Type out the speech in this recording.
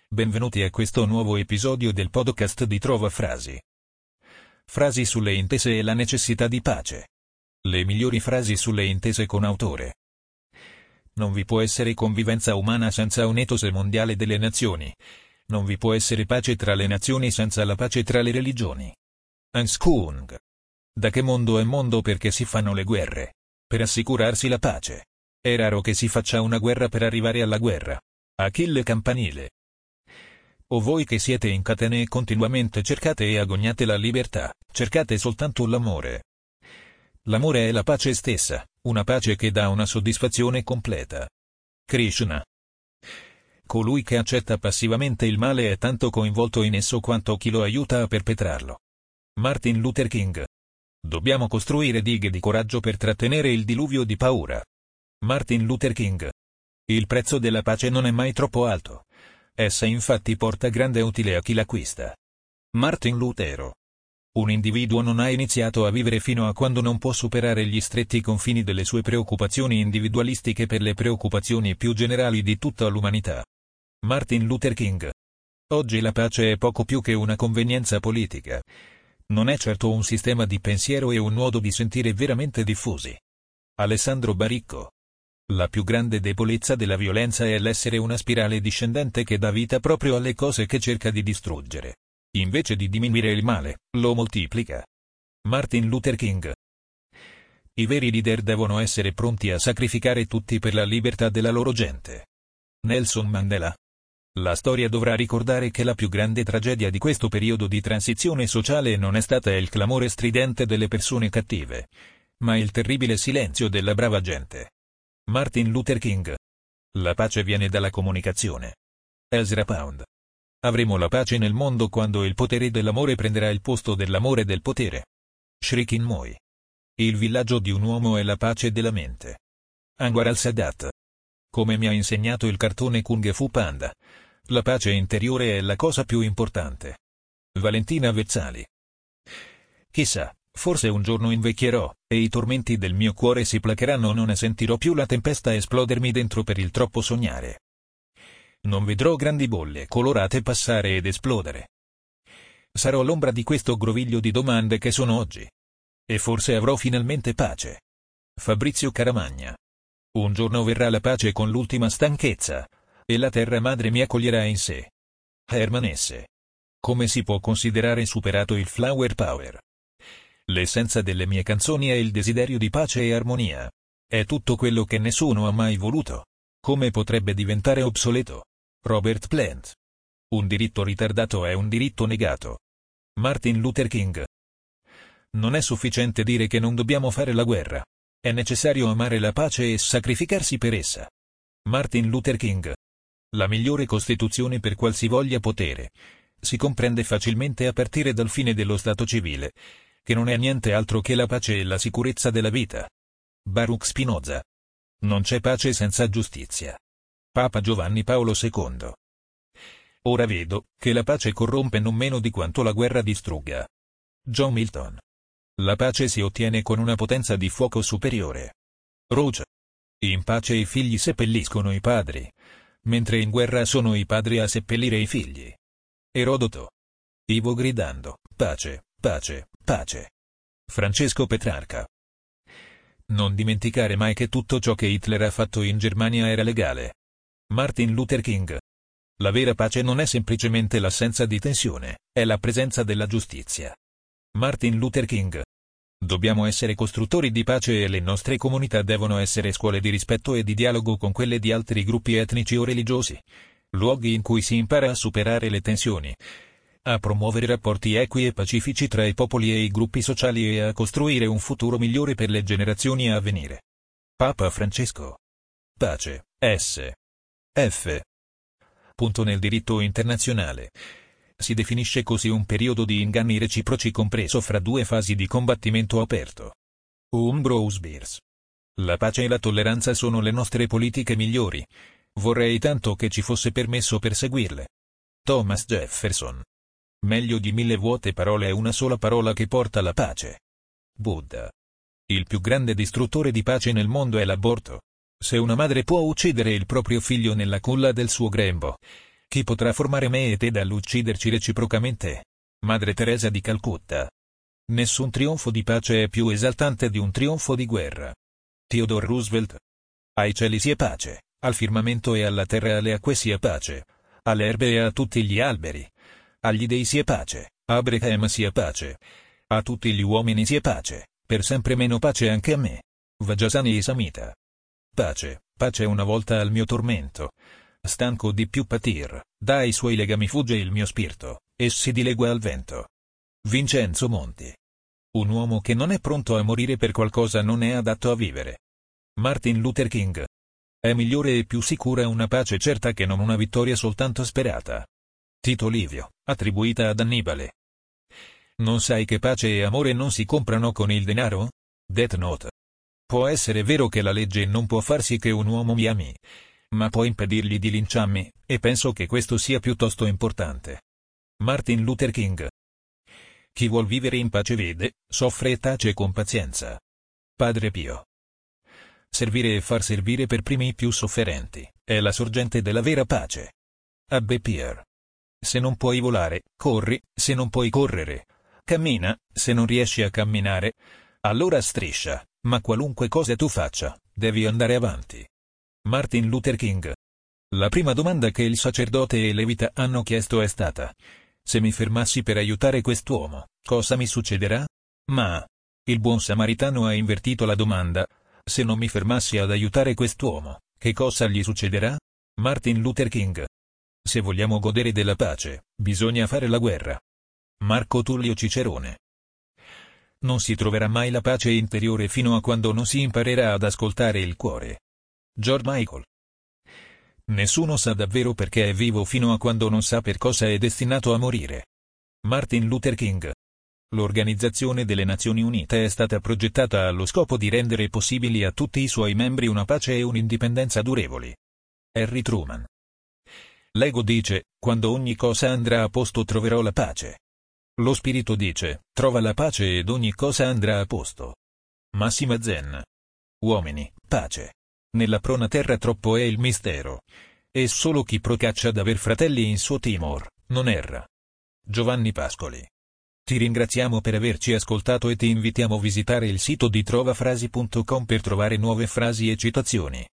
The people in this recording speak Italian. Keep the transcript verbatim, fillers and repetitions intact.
Benvenuti a questo nuovo episodio del podcast di Trova Frasi. Frasi sulle intese e la necessità di pace. Le migliori frasi sulle intese con autore. Non vi può essere convivenza umana senza un'etose mondiale delle nazioni. Non vi può essere pace tra le nazioni senza la pace tra le religioni. Hans Kung. Da che mondo è mondo perché si fanno le guerre? Per assicurarsi la pace. È raro che si faccia una guerra per arrivare alla guerra. Achille Campanile. O voi che siete in catene e continuamente cercate e agognate la libertà, cercate soltanto l'amore. L'amore è la pace stessa, una pace che dà una soddisfazione completa. Krishna. Colui che accetta passivamente il male è tanto coinvolto in esso quanto chi lo aiuta a perpetrarlo. Martin Luther King. Dobbiamo costruire dighe di coraggio per trattenere il diluvio di paura. Martin Luther King. Il prezzo della pace non è mai troppo alto. Essa infatti porta grande utile a chi l'acquista. Martin Lutero. Un individuo non ha iniziato a vivere fino a quando non può superare gli stretti confini delle sue preoccupazioni individualistiche per le preoccupazioni più generali di tutta l'umanità. Martin Luther King. Oggi la pace è poco più che una convenienza politica. Non è certo un sistema di pensiero e un modo di sentire veramente diffusi. Alessandro Baricco. La più grande debolezza della violenza è l'essere una spirale discendente che dà vita proprio alle cose che cerca di distruggere. Invece di diminuire il male, lo moltiplica. Martin Luther King. I veri leader devono essere pronti a sacrificare tutti per la libertà della loro gente. Nelson Mandela. La storia dovrà ricordare che la più grande tragedia di questo periodo di transizione sociale non è stata il clamore stridente delle persone cattive, ma il terribile silenzio della brava gente. Martin Luther King. La pace viene dalla comunicazione. Ezra Pound. Avremo la pace nel mondo quando il potere dell'amore prenderà il posto dell'amore del potere. Shri Chinmoy. Il villaggio di un uomo è la pace della mente. Anwar al-Sadat. Come mi ha insegnato il cartone Kung Fu Panda, la pace interiore è la cosa più importante. Valentina Vezzali. Chissà. Forse un giorno invecchierò, e i tormenti del mio cuore si placheranno, non ne sentirò più la tempesta esplodermi dentro per il troppo sognare. Non vedrò grandi bolle colorate passare ed esplodere. Sarò l'ombra di questo groviglio di domande che sono oggi. E forse avrò finalmente pace. Fabrizio Caramagna. Un giorno verrà la pace con l'ultima stanchezza, e la terra madre mi accoglierà in sé. Herman Hesse. Come si può considerare superato il flower power? L'essenza delle mie canzoni è il desiderio di pace e armonia. È tutto quello che nessuno ha mai voluto. Come potrebbe diventare obsoleto? Robert Plant. Un diritto ritardato è un diritto negato. Martin Luther King. Non è sufficiente dire che non dobbiamo fare la guerra. È necessario amare la pace e sacrificarsi per essa. Martin Luther King. La migliore costituzione per qualsivoglia potere si comprende facilmente a partire dal fine dello Stato civile, che non è niente altro che la pace e la sicurezza della vita. Baruch Spinoza. Non c'è pace senza giustizia. Papa Giovanni Paolo secondo. Ora vedo che la pace corrompe non meno di quanto la guerra distrugga. John Milton. La pace si ottiene con una potenza di fuoco superiore. Roach. In pace i figli seppelliscono i padri, mentre in guerra sono i padri a seppellire i figli. Erodoto. Ivo gridando, pace, pace, pace. Francesco Petrarca. Non dimenticare mai che tutto ciò che Hitler ha fatto in Germania era legale. Martin Luther King. La vera pace non è semplicemente l'assenza di tensione, è la presenza della giustizia. Martin Luther King. Dobbiamo essere costruttori di pace e le nostre comunità devono essere scuole di rispetto e di dialogo con quelle di altri gruppi etnici o religiosi, luoghi in cui si impara a superare le tensioni, a promuovere rapporti equi e pacifici tra i popoli e i gruppi sociali e a costruire un futuro migliore per le generazioni a venire. Papa Francesco. Pace, S. F. Punto nel diritto internazionale. Si definisce così un periodo di inganni reciproci compreso fra due fasi di combattimento aperto. Ambrose Bierce. La pace e la tolleranza sono le nostre politiche migliori. Vorrei tanto che ci fosse permesso perseguirle. Thomas Jefferson. Meglio di mille vuote parole è una sola parola che porta la pace. Buddha. Il più grande distruttore di pace nel mondo è l'aborto. Se una madre può uccidere il proprio figlio nella culla del suo grembo, Chi potrà formare me e te dall'ucciderci reciprocamente? Madre Teresa di Calcutta. Nessun trionfo di pace è più esaltante di un trionfo di guerra. Theodore Roosevelt. Ai cieli sia pace, al firmamento e alla terra e alle acque sia pace, alle erbe e a tutti gli alberi. Agli dei sia pace, a Abraham sia pace, a tutti gli uomini sia pace, per sempre meno pace anche a me. Vajasani Samhita. Pace, pace una volta al mio tormento. Stanco di più patir, dai suoi legami fugge il mio spirito, e si dilegua al vento. Vincenzo Monti. Un uomo che non è pronto a morire per qualcosa non è adatto a vivere. Martin Luther King. È migliore e più sicura una pace certa che non una vittoria soltanto sperata. Tito Livio, attribuita ad Annibale. Non sai che pace e amore non si comprano con il denaro? Death Note. Può essere vero che la legge non può far sì che un uomo mi ami, ma può impedirgli di linciarmi, e penso che questo sia piuttosto importante. Martin Luther King. Chi vuol vivere in pace vede, soffre e tace con pazienza. Padre Pio. Servire e far servire per primi i più sofferenti, è la sorgente della vera pace. Abbé Pierre. Se non puoi volare, corri, se non puoi correre, cammina, se non riesci a camminare, allora striscia, ma qualunque cosa tu faccia, devi andare avanti. Martin Luther King. La prima domanda che il sacerdote e Levita hanno chiesto è stata: se mi fermassi per aiutare quest'uomo, cosa mi succederà? Ma il buon samaritano ha invertito la domanda: se non mi fermassi ad aiutare quest'uomo, che cosa gli succederà? Martin Luther King. Se vogliamo godere della pace, bisogna fare la guerra. Marco Tullio Cicerone. Non si troverà mai la pace interiore fino a quando non si imparerà ad ascoltare il cuore. George Michael. Nessuno sa davvero perché è vivo fino a quando non sa per cosa è destinato a morire. Martin Luther King. L'Organizzazione delle Nazioni Unite è stata progettata allo scopo di rendere possibili a tutti i suoi membri una pace e un'indipendenza durevoli. Harry Truman. L'ego dice, quando ogni cosa andrà a posto troverò la pace. Lo spirito dice, trova la pace ed ogni cosa andrà a posto. Massima Zen. Uomini, pace. Nella prona terra troppo è il mistero. E solo chi procaccia d'aver fratelli in suo timor, non erra. Giovanni Pascoli. Ti ringraziamo per averci ascoltato e ti invitiamo a visitare il sito di trovafrasi punto com per trovare nuove frasi e citazioni.